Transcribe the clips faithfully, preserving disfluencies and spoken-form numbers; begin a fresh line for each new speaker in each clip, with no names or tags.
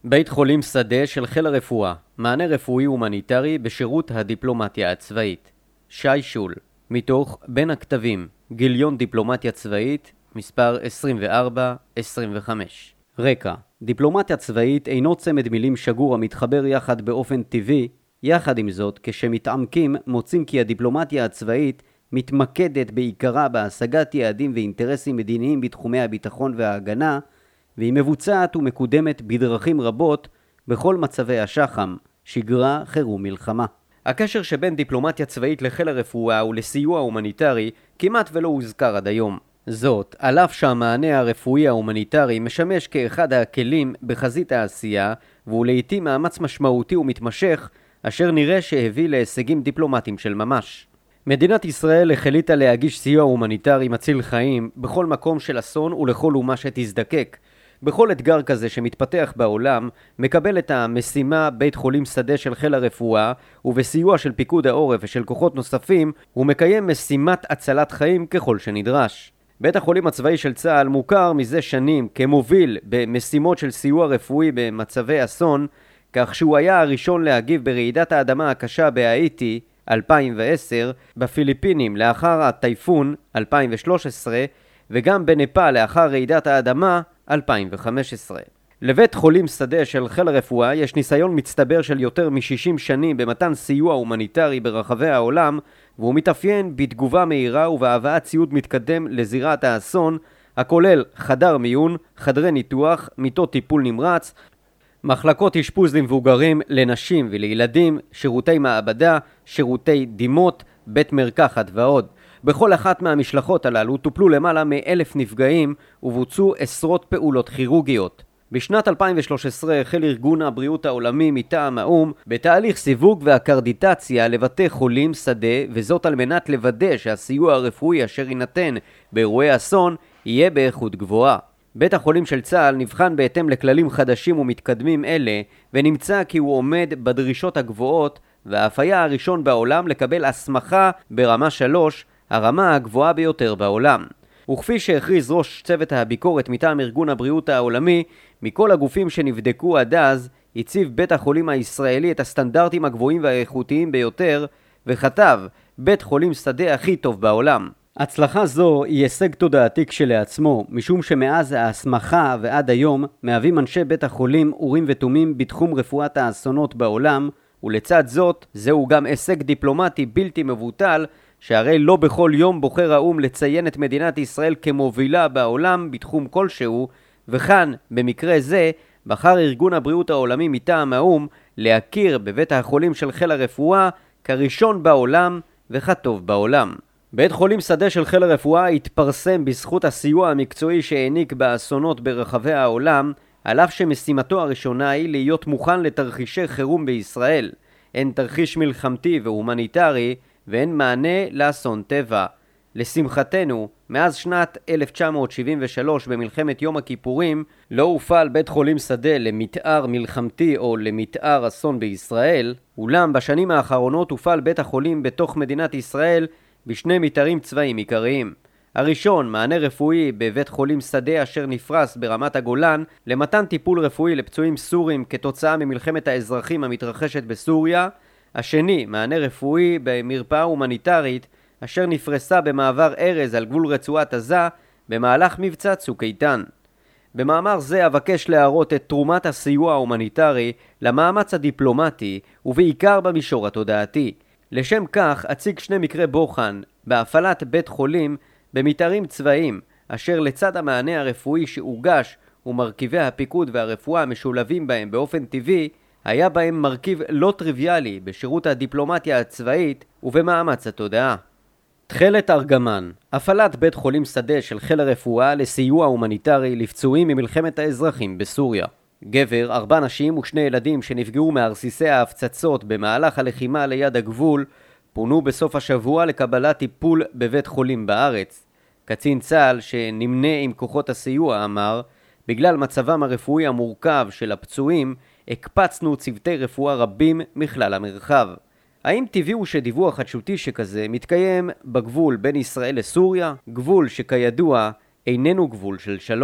בית חולים שדה של חיל הרפואה, מענה רפואי הומניטרי בשירות הדיפלומטיה הצבאית. שי שול, מתוך בין הכתבים, גיליון דיפלומטיה צבאית, מספר עשרים וארבע עשרים וחמש. רקע, דיפלומטיה צבאית אינו צמד מילים שגור המתחבר יחד באופן טבעי, יחד עם זאת, כשמתעמקים מוצאים כי הדיפלומטיה הצבאית מתמקדת בעיקרה בהשגת יעדים ואינטרסים מדיניים בתחומי הביטחון וההגנה, והיא מבוצעת ומקודמת בדרכים רבות בכל מצבי השחם, שגרה, חירום, מלחמה. הקשר שבין דיפלומטיה צבאית לחיל הרפואה ולסיוע הומניטרי כמעט ולא הוזכר עד היום. זאת, על אף שהמענה הרפואי ההומניטרי משמש כאחד הכלים בחזית העשייה, והוא לעתים מאמץ משמעותי ומתמשך, אשר נראה שהביא להישגים דיפלומטיים של ממש. מדינת ישראל החליטה להגיש סיוע הומניטרי מציל חיים בכל מקום של אסון ולכל אומה שתזדקק. בכל אתגר כזה שמתפתח בעולם, מקבל את המשימה בית חולים שדה של חיל הרפואה, ובסיוע של פיקוד העורף ושל כוחות נוספים, הוא מקיים משימת הצלת חיים ככל שנדרש. בית החולים הצבאי של צה"ל מוכר מזה שנים כמוביל במשימות של סיוע רפואי במצבי אסון, כך שהוא היה הראשון להגיב ברעידת האדמה הקשה בהאיטי אלפיים ועשר, בפיליפינים לאחר הטייפון אלפיים ושלוש עשרה, וגם בנפאל לאחר רעידת האדמה אלפיים וחמש עשרה. לבית חולים שדה של חיל הרפואה יש ניסיון מצטבר של יותר מ-שישים שנים במתן סיוע הומניטרי ברחבי העולם, והוא מתאפיין בתגובה מהירה ובהבאת ציוד מתקדם לזירת האסון, הכולל חדר מיון, חדרי ניתוח, מיטות טיפול נמרץ, מחלקות אשפוז למבוגרים, לנשים ולילדים, שירותי מעבדה, שירותי דימות, בית מרקחת ועוד. בכל אחת מהמשלחות הללו טופלו למעלה מאלף נפגעים ובוצעו עשרות פעולות כירורגיות. בשנת אלפיים ושלוש עשרה החל ארגון הבריאות העולמי מטעם האו"ם בתהליך סיווג ואקרדיטציה לבתי חולים שדה, וזאת על מנת לוודא שהסיוע הרפואי אשר יינתן באירועי אסון יהיה באיכות גבוהה. בית החולים של צה"ל נבחן בהתאם לכללים חדשים ומתקדמים אלה, ונמצא כי הוא עומד בדרישות הגבוהות, ואף היה הראשון בעולם לקבל הסמכה ברמה שלוש, הרמה הגבוהה ביותר בעולם. וכפי שהכריז ראש צוות הביקורת מטעם ארגון הבריאות העולמי, מכל הגופים שנבדקו עד אז, הציב בית החולים הישראלי את הסטנדרטים הגבוהים והאיכותיים ביותר, וכתב, בית חולים שדה הכי טוב בעולם. הצלחה זו היא הישג תודעתי כשלעצמו, משום שמאז ההסמכה ועד היום מהווים אנשי בית החולים אורים ותומים בתחום רפואת האסונות בעולם, ולצד זאת, זהו גם הישג דיפלומטי בלתי מבוטל, שהרי לא בכל יום בוחר האו"ם לציין את מדינת ישראל כמובילה בעולם בתחום כלשהו, וכאן, במקרה זה, בחר ארגון הבריאות העולמי מטעם האו"ם להכיר בבית החולים של חיל הרפואה כראשון בעולם וכטוב בעולם. בית חולים שדה של חיל הרפואה התפרסם בזכות הסיוע המקצועי שהעניק באסונות ברחבי העולם, על אף שמשימתו הראשונה היא להיות מוכן לתרחישי חירום בישראל. אין תרחיש מלחמתי והומניטרי ואין מענה לאסון טבע. לשמחתנו, מאז שנת אלף תשע מאות שבעים ושלוש במלחמת יום הכיפורים, לא הופעל בית חולים שדה למתאר מלחמתי או למתאר אסון בישראל, אולם בשנים האחרונות הופעל בית החולים בתוך מדינת ישראל בשני מתארים צבאיים עיקריים. הראשון, מענה רפואי בבית חולים שדה אשר נפרס ברמת הגולן למתן טיפול רפואי לפצועים סורים כתוצאה ממלחמת האזרחים המתרחשת בסוריה. השני, מענה רפואי במרפאה הומניטרית אשר נפרסה במעבר ארז על גבול רצועת עזה במהלך מבצע צוק איתן. במאמר זה אבקש להראות את תרומת הסיוע ההומניטרי למאמץ הדיפלומטי ובעיקר במישור התודעתי. לשם כך אציג שני מקרי בוחן בהפעלת בית חולים במתארים צבאיים, אשר לצד המענה הרפואי שהוגש ומרכיבי הפיקוד והרפואה משולבים בהם באופן טבעי, היה בהם מרכיב לא טריוויאלי בשירות הדיפלומטיה הצבאית ובמאמץ התודעה. תחילת ארגמן, הפעלת בית חולים שדה של חיל הרפואה לסיוע הומניטרי לפצועים ממלחמת האזרחים בסוריה. גבר, ארבע נשים ושני ילדים שנפגעו מהרסיסי ההפצצות במהלך הלחימה ליד הגבול, פונו בסוף השבוע לקבלת טיפול בבית חולים בארץ. קצין צה"ל שנמנה עם כוחות הסיוע אמר, בגלל מצבם הרפואי המורכב של הפצועים, הקפצנו צוותי רפואה רבים מכלל המרחב. האם טבעי הוא שדיווח חדשותי שכזה מתקיים בגבול בין ישראל לסוריה, גבול שכידוע איננו גבול של שלום?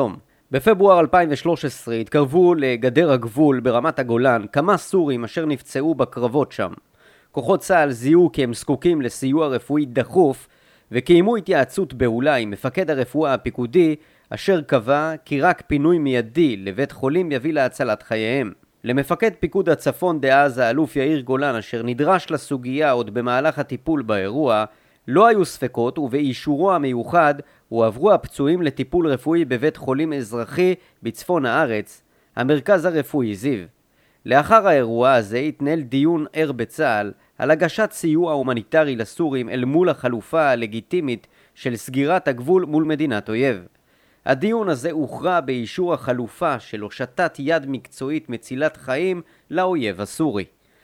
בפברואר אלפיים ושלוש עשרה התקרבו לגדר הגבול ברמת הגולן כמה סורים אשר נפצעו בקרבות שם. כוחות צה"ל זיהו כי הם זקוקים לסיוע רפואי דחוף וקיימו התייעצות בהולה עם מפקד הרפואה הפיקודי אשר קבע כי רק פינוי מיידי לבית חולים יביא להצלת חייהם. למפקד פיקוד הצפון דאז האלוף יאיר גולן אשר נדרש לסוגיה עוד במהלך הטיפול באירוע לא היו ספקות ובאישורו המיוחד הועברו הפצועים לטיפול רפואי בבית חולים אזרחי בצפון הארץ, המרכז הרפואי זיו. לאחר האירוע הזה התנהל דיון ער בצה"ל על הגשת סיוע הומניטרי לסורים אל מול החלופה הלגיטימית של סגירת הגבול מול מדינת אויב. הדיון הזה הוכרע באישור החלופה של הושטת יד מקצועית מצילת חיים לאויב הסורי.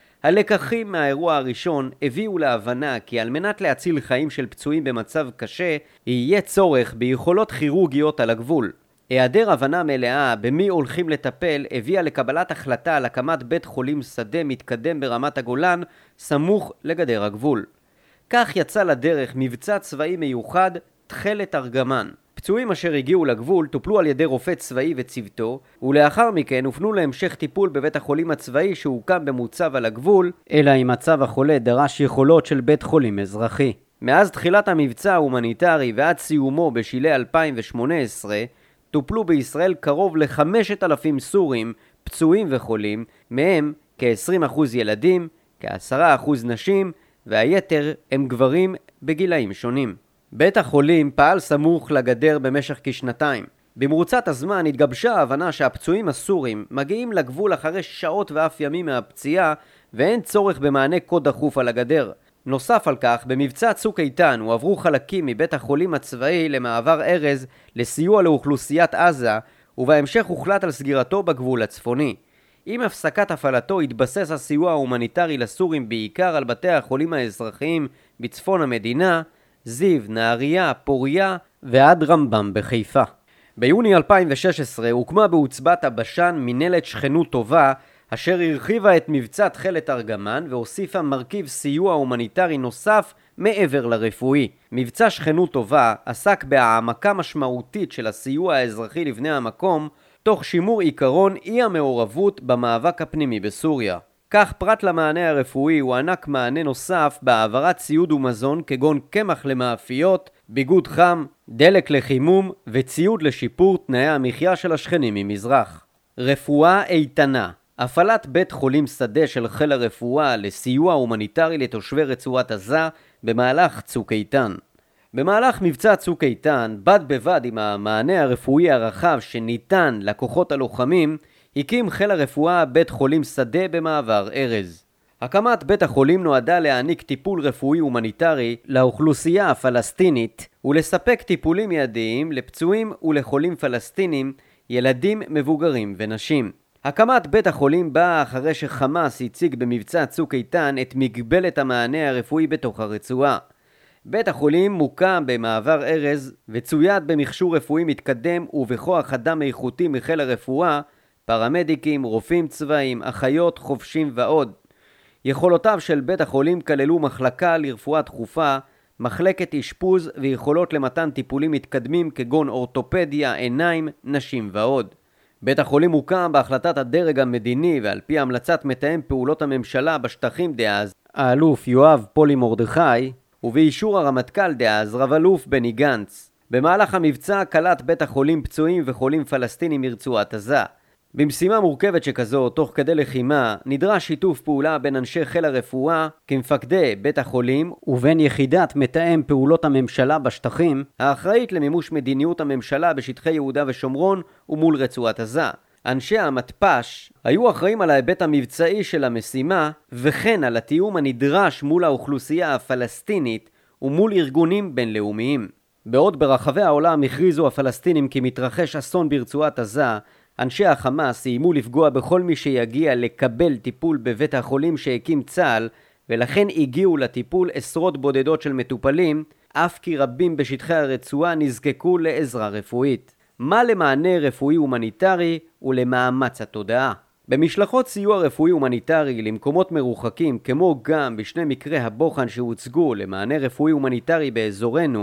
הלקחים מהאירוע הראשון הביאו להבנה כי על מנת להציל חיים של פצועים במצב קשה, יהיה צורך ביכולות כירורגיות על הגבול. היעדר הבנה מלאה במי הולכים לטפל הביאה לקבלת החלטה על הקמת בית חולים שדה מתקדם ברמת הגולן סמוך לגדר הגבול. כך יצא לדרך מבצע צבאי מיוחד תכלת ארגמן. פצועים אשר הגיעו לגבול טופלו על ידי רופא צבאי וצוותו, ולאחר מכן הופנו להמשך טיפול בבית החולים הצבאי שהוקם במוצב על הגבול, אלא אם מצב החולה דרש יכולות של בית חולים אזרחי. מאז תחילת המבצע ההומניטרי ועד סיומו בשלהי אלפיים ושמונה עשרה, טופלו בישראל קרוב ל-חמשת אלפים סורים, פצועים וחולים, מהם כ-עשרים אחוז ילדים, כ-עשרה אחוז נשים, והיתר הם גברים בגילאים שונים. בית החולים פעל סמוך לגדר במשך כשנתיים. במרוצת הזמן התגבשה ההבנה שהפצועים הסורים מגיעים לגבול אחרי שעות ואף ימים מהפציעה ואין צורך במענה כה דחוף על הגדר. נוסף על כך, במבצע צוק איתן הועברו חלקים מבית החולים הצבאי למעבר ארז לסיוע לאוכלוסיית עזה ובהמשך הוחלט על סגירתו בגבול הצפוני. עם הפסקת הפעלתו התבסס הסיוע ההומניטרי לסורים בעיקר על בתי החולים האזרחיים בצפון המדינה, זיו, נהריה, פוריה ועד רמב"ם בחיפה. ביוני אלפיים ושש עשרה הוקמה בעוצבת הבשן מנהלת שכנות טובה אשר הרחיבה את מבצע תכלת ארגמן והוסיפה מרכיב סיוע הומניטרי נוסף מעבר לרפואי. מבצע שכנות טובה עסק בהעמקה משמעותית של הסיוע האזרחי לבני המקום תוך שימור עיקרון אי המעורבות במאבק הפנימי בסוריה. כך פרט למענה הרפואי הוא ענק מענה נוסף בהעברת ציוד ומזון כגון קמח למאפיות, ביגוד חם, דלק לחימום וציוד לשיפור תנאי המחיה של השכנים ממזרח. רפואה איתנה. הפעלת בית חולים שדה של חיל הרפואה לסיוע הומניטרי לתושבי רצועת עזה במהלך צוק איתן. במהלך מבצע צוק איתן, בד בבד עם המענה הרפואי הרחב שניתן לכוחות הלוחמים, הקים חיל הרפואה בית חולים שדה במעבר ארז. הקמת בית החולים נועדה להעניק טיפול רפואי הומניטרי לאוכלוסייה הפלסטינית ולספק טיפולים מיידיים לפצועים ולחולים פלסטינים, ילדים, מבוגרים ונשים. הקמת בית החולים באה אחרי שחמאס הציג במבצע צוק איתן את מגבלת המענה הרפואי בתוך הרצועה. בית החולים מוקם במעבר ארז וצויד במכשור רפואי מתקדם ובכוח אדם איכותי מחיל הרפואה, פרמדיקים, רופאים צבאיים, אחיות, חובשים ועוד. יכולותיו של בית החולים כללו מחלקה לרפואה דחופה, מחלקת אשפוז ויכולות למתן טיפולים מתקדמים כגון אורתופדיה, עיניים, נשים ועוד. בית החולים הוקם בהחלטת הדרג המדיני ועל פי המלצת מתאם פעולות הממשלה בשטחים דאז, האלוף יואב פולי מרדכי, ובאישור הרמטכ"ל דאז רב אלוף בני גנץ. במהלך המבצע קלט בית החולים פצועים וחולים פלסטינים מרצועת עזה. במשימה מורכבת שכזו, תוך כדי לחימה, נדרש שיתוף פעולה בין אנשי חיל הרפואה כמפקדי בית החולים ובין יחידת מתאם פעולות הממשלה בשטחים, האחראית למימוש מדיניות הממשלה בשטחי יהודה ושומרון ומול רצועת עזה. אנשי המתפ"ש היו אחראים על ההיבט המבצעי של המשימה וכן על התיאום הנדרש מול האוכלוסייה הפלסטינית ומול ארגונים בינלאומיים. בעוד ברחבי העולם הכריזו הפלסטינים כי מתרחש אסון ברצועת עזה, אנשי החמאס איימו לפגוע בכל מי שיגיע לקבל טיפול בבית החולים שהקים צה"ל, ולכן הגיעו לטיפול עשרות בודדות של מטופלים, אף כי רבים בשטחי הרצועה נזקקו לעזרה רפואית. מה למענה רפואי הומניטרי ולמאמץ התודעה? במשלחות סיוע רפואי הומניטרי למקומות מרוחקים, כמו גם בשני מקרי הבוחן שהוצגו למענה רפואי הומניטרי באזורנו,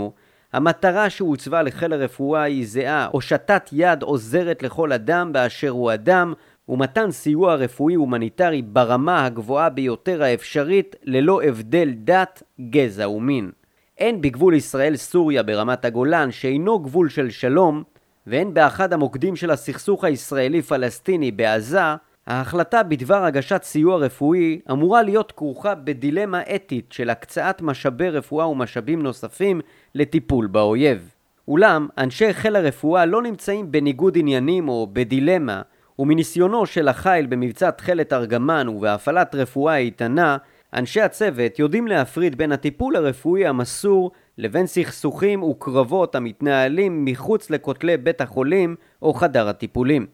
המטרה שהוצבה לחיל הרפואה היא זהה, הושטת יד עוזרת לכל אדם באשר הוא אדם, ומתן סיוע רפואי הומניטרי ברמה הגבוהה ביותר האפשרית ללא הבדל דת, גזע ומין. הן בגבול ישראל-סוריה ברמת הגולן שאינו גבול של שלום, והן באחד המוקדים של הסכסוך הישראלי-פלסטיני בעזה, ההחלטה בדבר הגשת סיוע רפואי אמורה להיות כרוכה בדילמה אתית של הקצאת משאבי רפואה ומשאבים נוספים לטיפול באויב. אולם, אנשי חיל הרפואה לא נמצאים בניגוד עניינים או בדילמה, ומניסיונו של החיל במבצע תכלת ארגמן ובהפעלת רפואה איתנה, אנשי הצוות יודעים להפריד בין הטיפול הרפואי המסור לבין סכסוכים וקרבות המתנהלים מחוץ לכותלי בית החולים או חדר הטיפולים.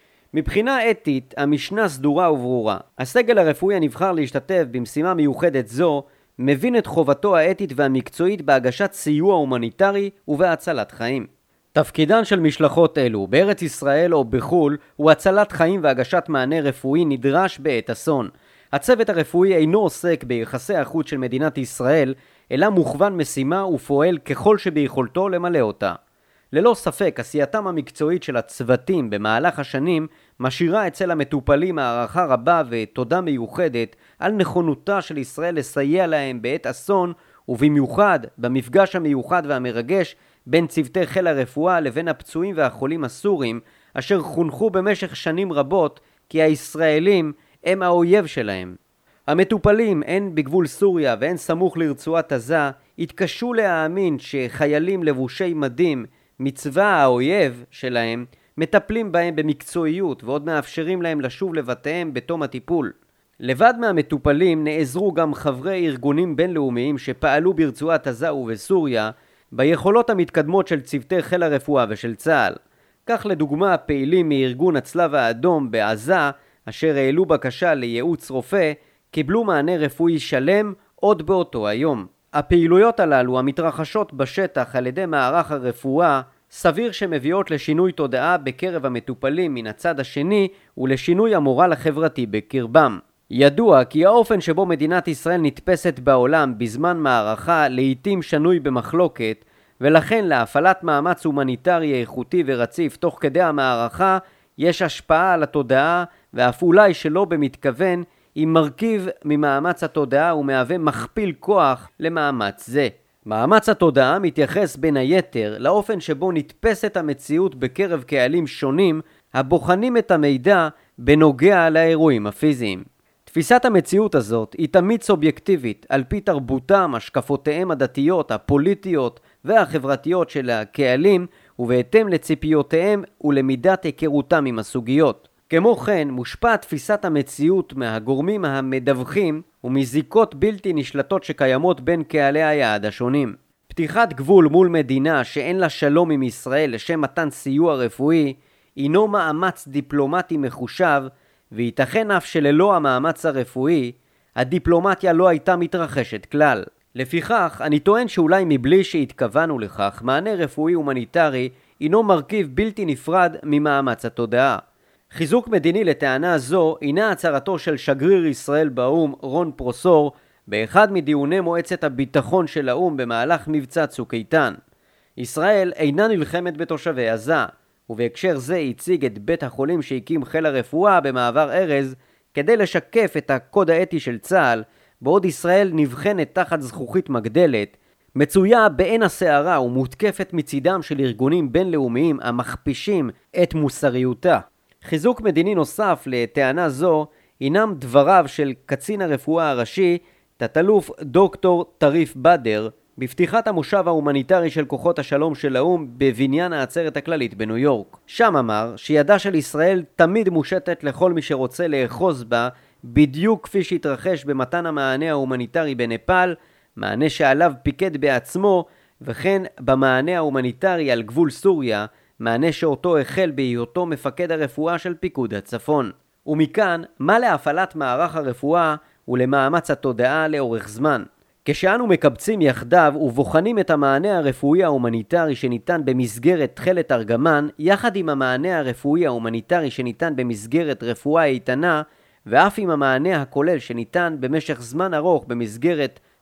מבחינה אתית, המשנה סדורה וברורה. הסגל הרפואי הנבחר להשתתף במשימה מיוחדת זו מבין את חובתו האתית והמקצועית בהגשת סיוע הומניטרי ובהצלת חיים. תפקידן של משלחות אלו, בארץ ישראל או בחול, הוא הצלת חיים והגשת מענה רפואי נדרש בעת אסון. הצוות הרפואי אינו עוסק ביחסי החוץ של מדינת ישראל, אלא מוכוון משימה ופועל ככל שביכולתו למלא אותה. ללא ספק, עשייתם המקצועית של הצוותים במהלך השנים משאירה אצל המטופלים הערכה רבה ותודה מיוחדת על נכונותה של ישראל לסייע להם בעת אסון, ובמיוחד במפגש המיוחד והמרגש בין צוותי חיל הרפואה לבין הפצועים והחולים הסורים, אשר חונכו במשך שנים רבות כי הישראלים הם האויב שלהם. המטופלים, הן בגבול סוריה והן סמוך לרצועת עזה, התקשו להאמין שחיילים לבושי מדים מצבא האויב שלהם מטפלים בהם במקצועיות ועוד מאפשרים להם לשוב לבתיהם בתום הטיפול. לבד מהמטופלים נעזרו גם חברי ארגונים בינלאומיים שפעלו ברצועת עזה ובסוריה ביכולות המתקדמות של צוותי חיל הרפואה ושל צה"ל. כך לדוגמה פעילים מארגון הצלב האדום בעזה אשר העלו בקשה לייעוץ רופא קיבלו מענה רפואי שלם עוד באותו היום. הפעילויות הללו המתרחשות בשטח על ידי מערך הרפואה סביר שמביאות לשינוי תודעה בקרב המטופלים מן הצד השני ולשינוי המורל החברתי בקרבם. ידוע כי האופן שבו מדינת ישראל נתפסת בעולם בזמן מערכה לעתים שנוי במחלוקת, ולכן להפעלת מאמץ הומניטרי איכותי ורציף תוך כדי המערכה יש השפעה על התודעה, ואף אולי שלא במתכוון היא מרכיב ממאמץ התודעה ומהווה מכפיל כוח למאמץ זה. מאמץ התודעה מתייחס בין היתר לאופן שבו נתפסת המציאות בקרב קהלים שונים הבוחנים את המידע בנוגע לאירועים הפיזיים. תפיסת המציאות הזאת היא תמיד סובייקטיבית על פי תרבותם, השקפותיהם הדתיות, הפוליטיות והחברתיות של הקהלים ובהתאם לציפיותיהם ולמידת היכרותם עם הסוגיות. כמו כן, מושפעת תפיסת המציאות מהגורמים המדווחים ומזיקות בלתי נשלטות שקיימות בין קהלי היעד השונים. פתיחת גבול מול מדינה שאין לה שלום עם ישראל לשם מתן סיוע רפואי הינו מאמץ דיפלומטי מחושב, וייתכן אף שללא המאמץ הרפואי הדיפלומטיה לא הייתה מתרחשת כלל. לפיכך, אני טוען שאולי מבלי שהתכוונו לכך, מענה רפואי הומניטרי הינו מרכיב בלתי נפרד ממאמץ התודעה. חיזוק מדיני לטענה זו הינה הצהרתו של שגריר ישראל באום רון פרוסור באחד מדיוני מועצת הביטחון של האום במהלך מבצע צוק איתן. ישראל אינה נלחמת בתושבי עזה, ובהקשר זה הציג את בית החולים שהקים חיל הרפואה במעבר ארז כדי לשקף את הקוד האתי של צה"ל, בעוד ישראל נבחנת תחת זכוכית מגדלת, מצויה בעין הסערה ומותקפת מצידם של ארגונים בינלאומיים המכפישים את מוסריותה. חיזוק מדיני נוסף לטענה זו הינם דבריו של קצין הרפואה הראשי, תת-אלוף דוקטור טריף בדר, בפתיחת המושב ההומניטרי של כוחות השלום של האום בבניין העצרת הכללית בניו יורק. שם אמר שידה של ישראל תמיד מושטת לכל מי שרוצה לאחוז בה, בדיוק כפי שהתרחש במתן המענה ההומניטרי בנפאל, מענה שעליו פיקד בעצמו, וכן במענה ההומניטרי על גבול סוריה, מענה שאותו החל בהיותו מפקד הרפואה של פיקוד הצפון. ומכאן, מה להפעלת מערך הרפואה ולמאמץ התודעה לאורך זמן. כשאנו מקבצים יחדיו ובוחנים את המענה הרפואי ההומניטרי שניתן במסגרת תכלת ארגמן, יחד עם המענה הרפואי ההומניטרי שניתן במסגרת רפואה איתנה, ואף עם המענה הכולל שניתן במשך זמן ארוך במסגרת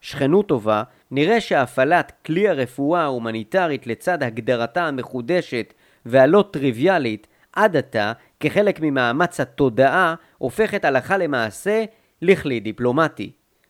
שכנות טובה, נראה שהפעלת כלי הרפואה ההומניטרית לצד הגדרתה המחודשת והלא טריוויאלית עד עתה כחלק ממאמץ התודעה הופכת הלכה למעשה לכלי דיפלומטי.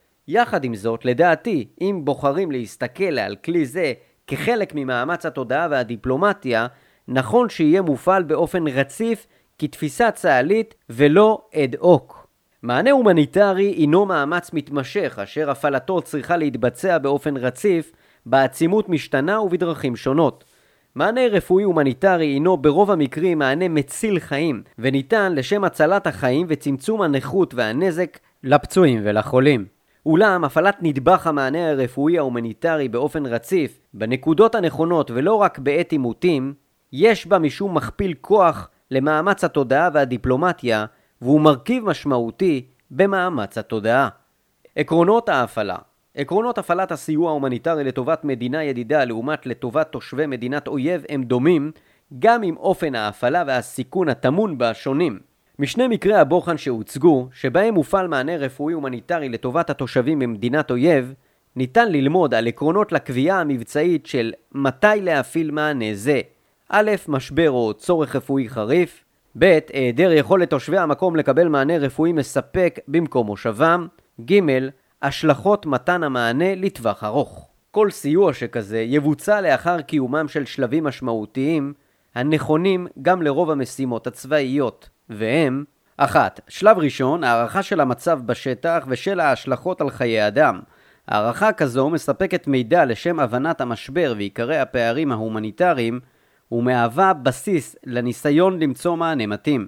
יחד עם זאת, לדעתי, אם בוחרים להסתכל על כלי זה כחלק ממאמץ התודעה והדיפלומטיה, נכון שיהיה מופעל באופן רציף כתפיסה צה"לית ולא אד הוק. מענה הומניטרי הינו מאמץ מתמשך אשר הפעלתו צריכה להתבצע באופן רציף, בעצימות משתנה ובדרכים שונות. מענה רפואי הומניטרי הינו ברוב המקרים מענה מציל חיים וניתן לשם הצלת החיים וצמצום הנכות והנזק לפצועים ולחולים. אולם הפעלת נדבך המענה הרפואי ההומניטרי באופן רציף בנקודות הנכונות ולא רק בעת עימותים, יש בה משום מכפיל כוח למאמץ התודעה והדיפלומטיה, והוא מרכיב משמעותי במאמץ התודעה. עקרונות ההפעלה. עקרונות הפעלת הסיוע ההומניטרי לטובת מדינה ידידה לעומת לטובת תושבי מדינת אויב הם דומים, גם עם אופן ההפעלה והסיכון הטמון בה שונים. משני מקרי הבוחן שהוצגו, שבהם מופעל מענה רפואי הומניטרי לטובת התושבים במדינת אויב, ניתן ללמוד על עקרונות לקביעה המבצעית של מתי להפעיל מענה זה. א', משבר או צורך רפואי חריף. ב', היעדר יכולת תושבי המקום לקבל מענה רפואי מספק במקום מושבם. ג', השלכות מתן המענה לטווח ארוך. כל סיוע שכזה יבוצע לאחר קיומם של שלבים משמעותיים הנכונים גם לרוב המשימות הצבאיות, והם: אחת. שלב ראשון, הערכה של המצב בשטח ושל ההשלכות על חיי אדם. הערכה כזו מספקת מידע לשם הבנת המשבר ועיקרי הפערים ההומניטריים, ומהווה בסיס לניסיון למצוא מענה מתאים.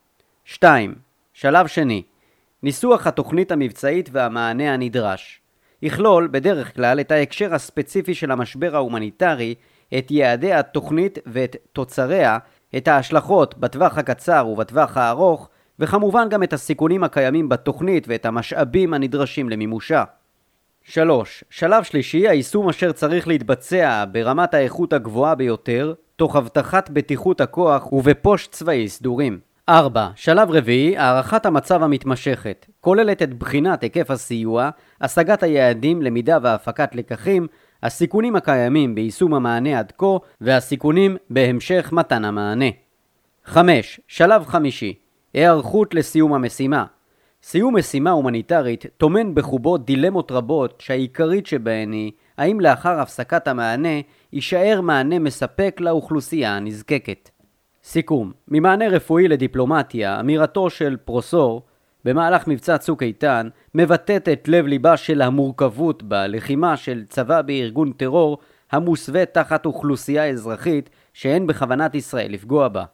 שתיים. שלב שני, ניסוח התוכנית המבצעית והמענה הנדרש. יכלול בדרך כלל את ההקשר הספציפי של המשבר ההומניטרי, את יעדי התוכנית ואת תוצריה, את ההשלכות בטווח הקצר ובטווח הארוך, וכמובן גם את הסיכונים הקיימים בתוכנית ואת המשאבים הנדרשים למימושה. שלוש. שלב שלישי, היישום אשר צריך להתבצע ברמת האיכות הגבוהה ביותר, תוך הבטחת בטיחות הכוח ובפושט צבאי סדורים. ארבע. שלב רביעי, הערכת המצב המתמשכת, כוללת את בחינת היקף הסיוע, השגת היעדים, למידה והפקת לקחים, הסיכונים הקיימים ביישום המענה עד כה, והסיכונים בהמשך מתן המענה. חמש. שלב חמישי, היערכות לסיום המשימה. סיום משימה הומניטרית טומן בחובו דילמות רבות שהעיקרית שבהן היא האם לאחר הפסקת המענה יישאר מענה מספק לאוכלוסייה הנזקקת. סיכום, ממענה רפואי לדיפלומטיה, אמירתו של פרוסור במהלך מבצע צוק איתן מבטאת את לב ליבה של המורכבות בלחימה של צבא בארגון טרור המוסווה תחת אוכלוסייה אזרחית שאין בכוונת ישראל לפגוע בה.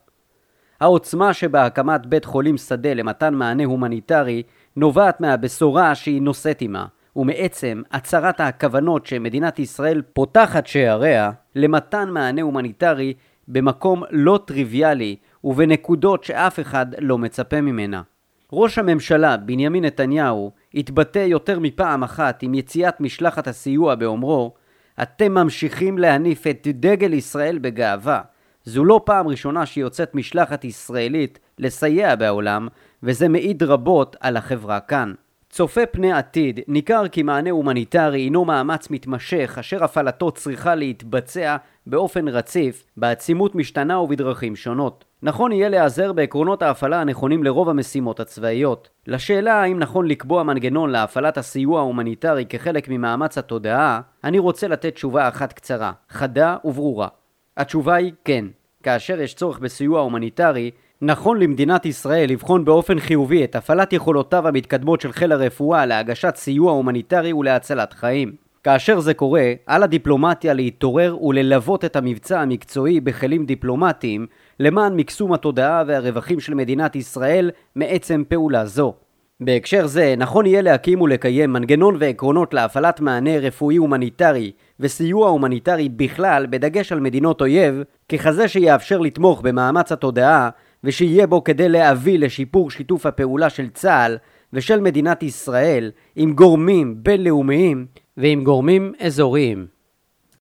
העוצמה שבהקמת בית חולים שדה למתן מענה הומניטרי נובעת מהבשורה שהיא נושאת עימה, ומעצם הצהרת הכוונות שמדינת ישראל פותחת שעריה למתן מענה הומניטרי במקום לא טריוויאלי ובנקודות שאף אחד לא מצפה ממנה. ראש הממשלה בנימין נתניהו התבטא יותר מפעם אחת עם יציאת משלחת הסיוע באומרו, אתם ממשיכים להניף את דגל ישראל בגאווה. זו לא פעם ראשונה שיוצאת משלחת ישראלית לסייע בעולם, וזה מעיד רבות על החברה כאן. צופה פני עתיד, ניכר כי מענה הומניטרי הינו מאמץ מתמשך אשר הפעלתו צריכה להתבצע באופן רציף, בעצימות משתנה ובדרכים שונות. נכון יהיה להיעזר בעקרונות ההפעלה הנכונים לרוב המשימות הצבאיות. לשאלה האם נכון לקבוע מנגנון להפעלת הסיוע ההומניטרי כחלק ממאמץ התודעה, אני רוצה לתת תשובה אחת קצרה, חדה וברורה. התשובה היא כן. כאשר יש צורך בסיוע הומניטרי, נכון למדינת ישראל לבחון באופן חיובי את הפעלת יכולותיו המתקדמות של חיל הרפואה להגשת סיוע הומניטרי ולהצלת חיים. כאשר זה קורה, על הדיפלומטיה להתעורר וללוות את המבצע המקצועי בכלים דיפלומטיים למען מקסום התודעה והרווחים של מדינת ישראל מעצם פעולה זו. בהקשר זה, נכון יהיה להקים ולקיים מנגנון ועקרונות להפעלת מענה רפואי הומניטרי וסיוע הומניטרי בכלל בדגש על מדינות אויב, ככזה שיאפשר לתמוך במאמץ התודעה ושיהיה בו כדי להביא לשיפור שיתוף הפעולה של צה"ל ושל מדינת ישראל עם גורמים בינלאומיים ועם גורמים אזוריים.